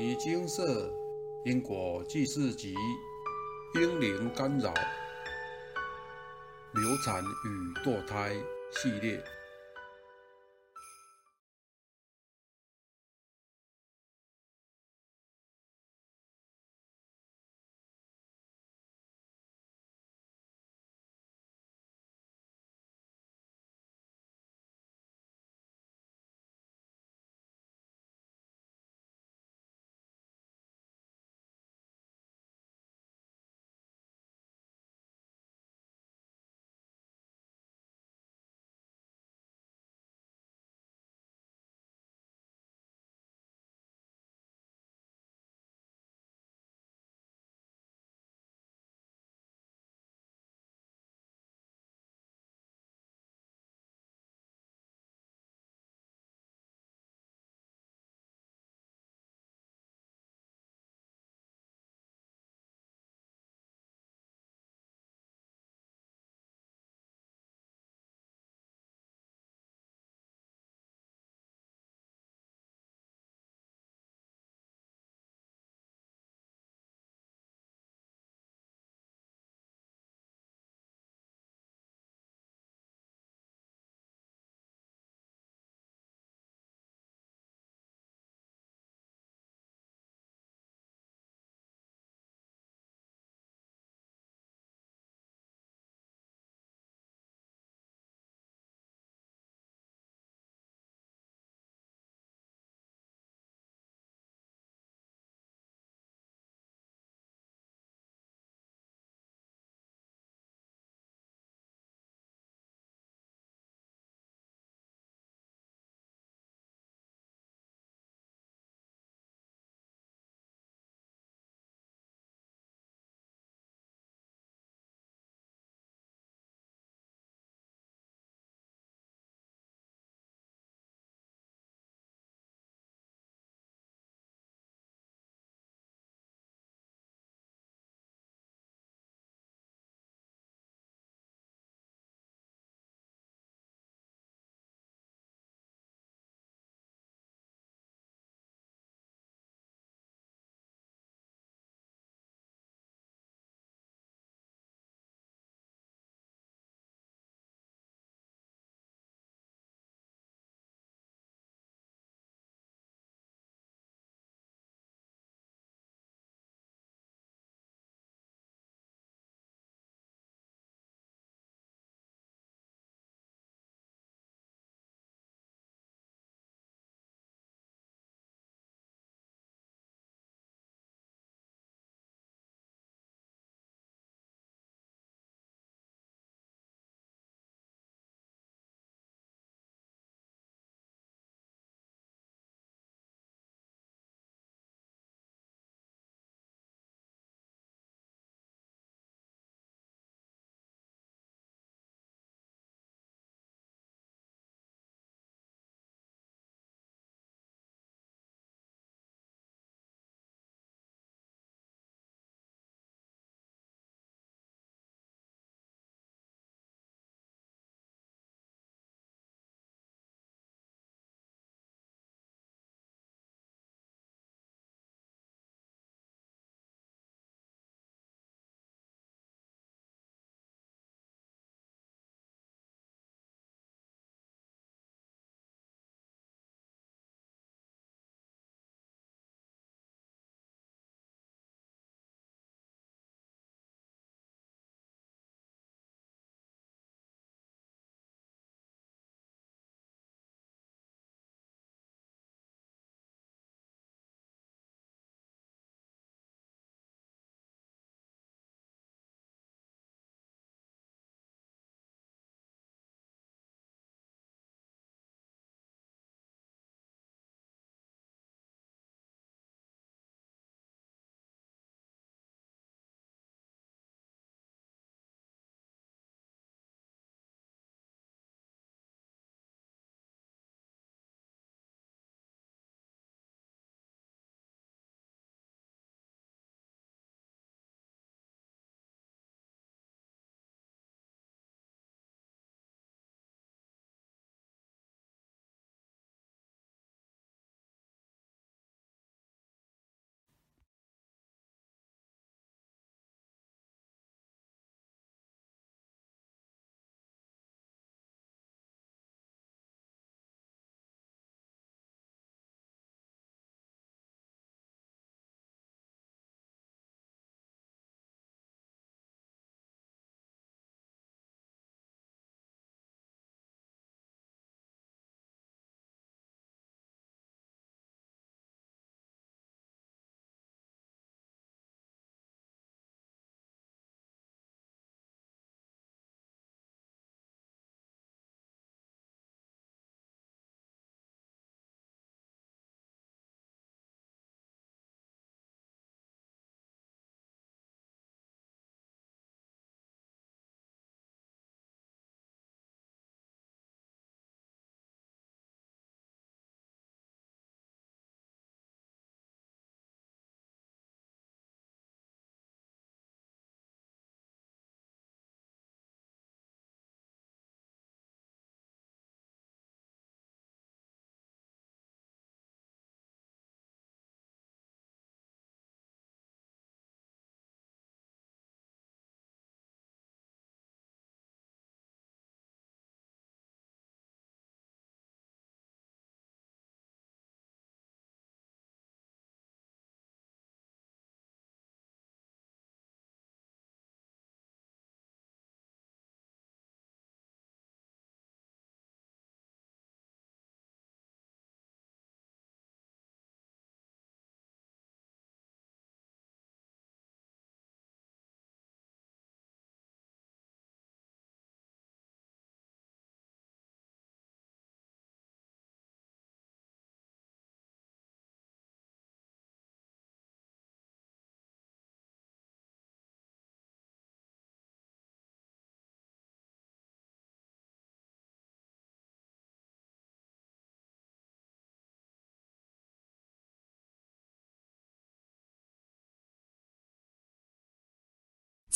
尼精舍因果记事集婴灵干扰流产与堕胎系列。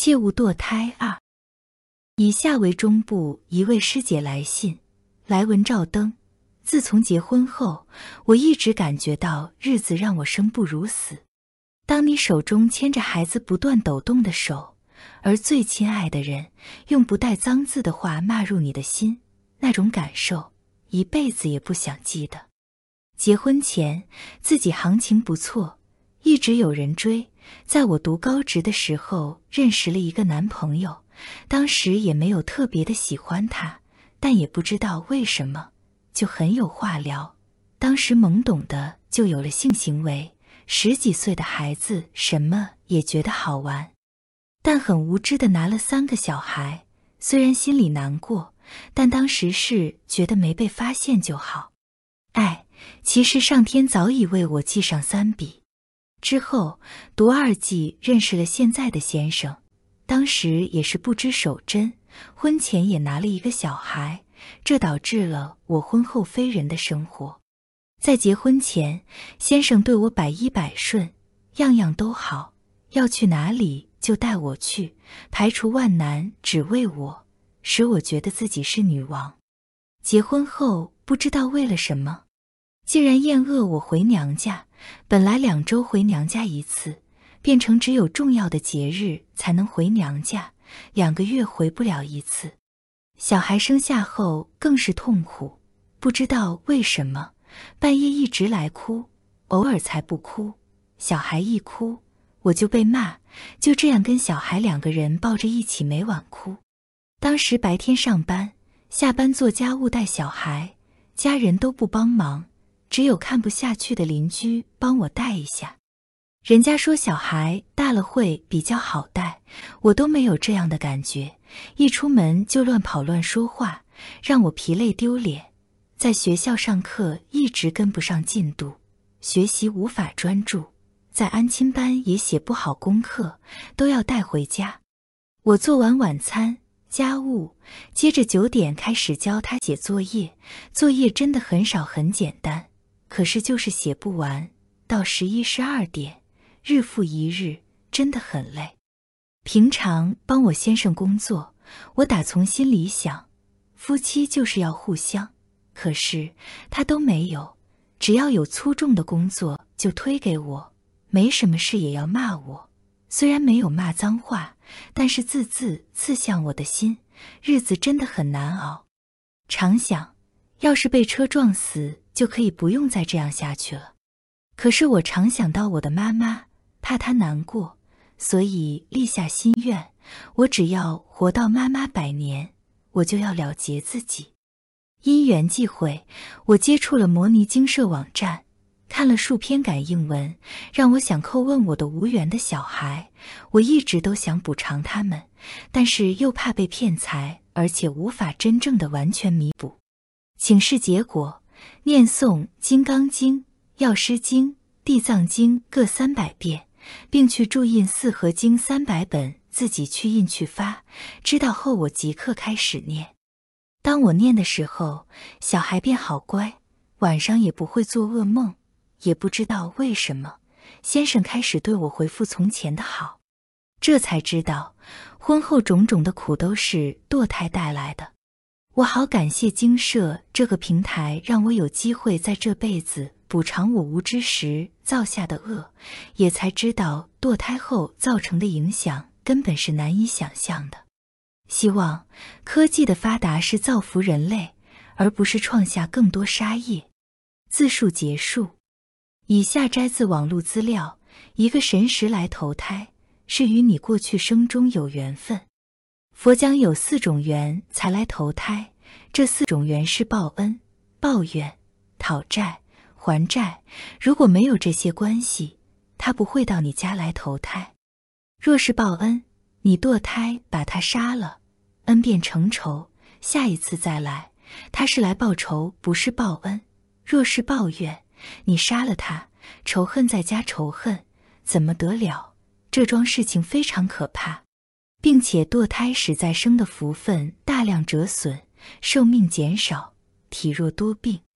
切勿堕胎2。以下为中部一位师姐来信，来文照登。自从结婚后，我一直感觉到日子让我生不如死。当你手中牵着孩子不断抖动的手，而最亲爱的人用不带脏字的话骂入你的心，那种感受一辈子也不想记得。结婚前自己行情不错，一直有人追。在我读高职的时候认识了一个男朋友，当时也没有特别的喜欢他，但也不知道为什么就很有话聊。当时懵懂的就有了性行为，10几岁的孩子什么也觉得好玩，但很无知的拿了3个小孩。虽然心里难过，但当时是觉得没被发现就好。其实上天早已为我记上3笔。之后读2季认识了现在的先生，当时也是不知守贞，婚前也拿了1个小孩，这导致了我婚后非人的生活。在结婚前，先生对我百依百顺，样样都好，要去哪里就带我去，排除万难只为我，使我觉得自己是女王。结婚后不知道为了什么，竟然厌恶我回娘家，本来2周回娘家1次，变成只有重要的节日才能回娘家，2个月回不了1次。小孩生下后更是痛苦，不知道为什么，半夜一直来哭，偶尔才不哭，小孩一哭我就被骂，就这样跟小孩2个人抱着一起每晚哭。当时白天上班，下班做家务带小孩，家人都不帮忙，只有看不下去的邻居帮我带一下。人家说小孩大了会比较好带，我都没有这样的感觉，一出门就乱跑乱说话，让我疲累丢脸。在学校上课一直跟不上进度，学习无法专注，在安亲班也写不好功课，都要带回家。我做完晚餐家务，接着9点开始教他写作业，作业真的很少很简单，可是就是写不完，到11、12点，日复一日，真的很累。平常帮我先生工作，我打从心里想，夫妻就是要互相，可是他都没有，只要有粗重的工作就推给我，没什么事也要骂我。虽然没有骂脏话，但是字字刺向我的心，日子真的很难熬。常想，要是被车撞死，就可以不用再这样下去了。可是我常想到我的妈妈，怕她难过，所以立下心愿，我只要活到妈妈100年，我就要了结自己。因缘际会，我接触了摩尼精舍网站，看了数篇感应文，让我想叩问我的无缘的小孩。我一直都想补偿他们，但是又怕被骗财，而且无法真正的完全弥补。请示结果，念诵《金刚经》《药师经》《地藏经》各300遍，并去注印4合经300本，自己去印去发。知道后我即刻开始念。当我念的时候，小孩变好乖，晚上也不会做噩梦。也不知道为什么，先生开始对我回复从前的好。这才知道，婚后种种的苦都是堕胎带来的。我好感谢精舍这个平台，让我有机会在这辈子补偿我无知时造下的恶，也才知道堕胎后造成的影响根本是难以想象的。希望科技的发达是造福人类，而不是创下更多杀业。自述结束。以下摘自网络资料，一个神识来投胎，是与你过去生中有缘分。佛讲有4种缘才来投胎，这4种缘是报恩、报怨、讨债、还债。如果没有这些关系，他不会到你家来投胎。若是报恩，你堕胎把他杀了，恩变成仇，下一次再来，他是来报仇，不是报恩。若是抱怨，你杀了他，仇恨再加仇恨，怎么得了？这桩事情非常可怕，并且堕胎使再生的福分大量折损，寿命减少，体弱多病。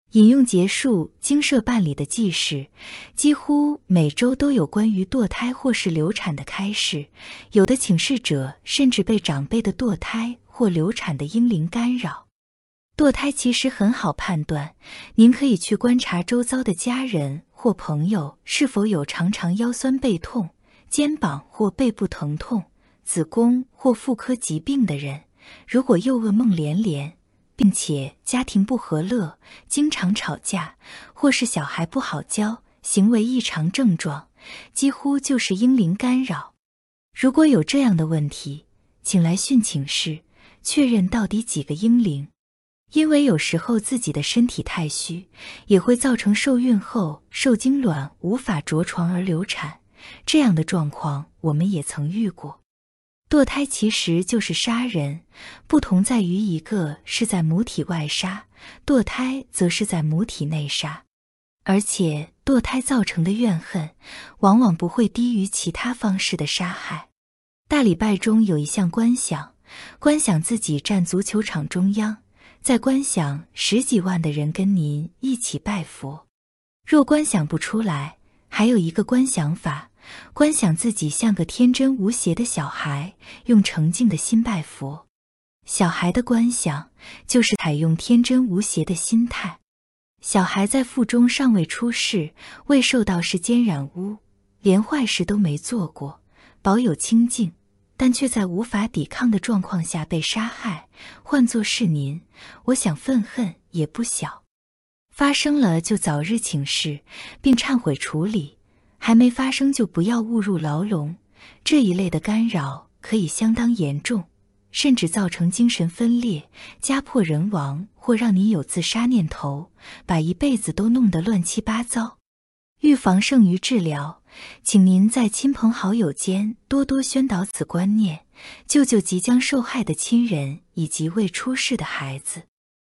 引用结束经社办理的记事，几乎每周都有关于堕胎或是流产的开示，有的请示者甚至被长辈的堕胎或流产的婴灵干扰。堕胎其实很好判断，您可以去观察周遭的家人或朋友是否有常常腰酸背痛、肩膀或背部疼痛、子宫或妇科疾病的人。如果又噩梦连连，并且家庭不和乐，经常吵架，或是小孩不好教，行为异常症状，几乎就是婴灵干扰。如果有这样的问题，请来训请室，确认到底几个婴灵。因为有时候自己的身体太虚，也会造成受孕后受精卵无法着床而流产，这样的状况我们也曾遇过。堕胎其实就是杀人，不同在于一个是在母体外杀，堕胎则是在母体内杀。而且堕胎造成的怨恨往往不会低于其他方式的杀害。大礼拜中有一项观想，观想自己站足球场中央，再观想10几万的人跟您一起拜佛。若观想不出来，还有一个观想法，观想自己像个天真无邪的小孩，用诚敬的心拜佛。小孩的观想就是采用天真无邪的心态。小孩在腹中尚未出世，未受到世间染污，连坏事都没做过，保有清净，但却在无法抵抗的状况下被杀害。换作是您，我想愤恨也不小。发生了就早日请示并忏悔处理，还没发生就不要误入牢笼。这一类的干扰可以相当严重，甚至造成精神分裂、家破人亡，或让你有自杀念头，把一辈子都弄得乱七八糟。预防胜于治疗，请您在亲朋好友间多多宣导此观念，救救即将受害的亲人以及未出世的孩子。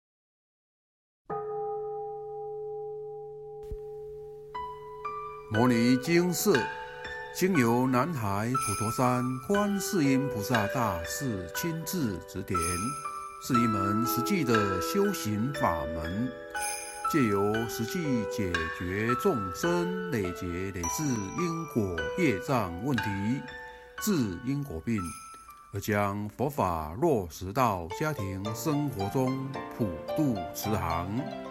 摩尼经释经由南海普陀山观世音菩萨大士亲自指点，是一门实际的修行法门，借由实际解决众生累劫累世因果业障问题，治因果病，而将佛法落实到家庭生活中，普度慈航。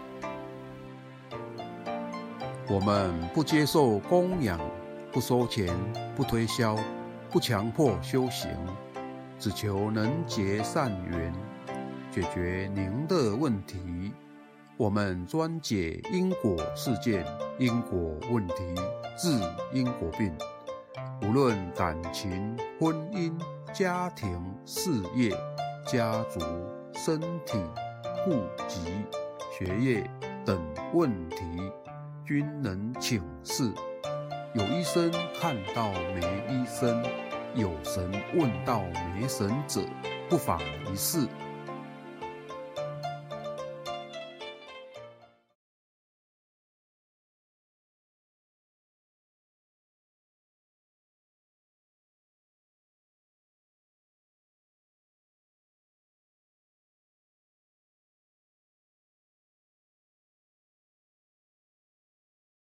我们不接受供养，不收钱，不推销，不强迫修行，只求能结善缘，解决您的问题。我们专解因果事件、因果问题，治因果病。无论感情、婚姻、家庭、事业、家族、身体、户籍、学业等问题，均能请示。有医生看到没医生，有神问到没神者，不妨一试。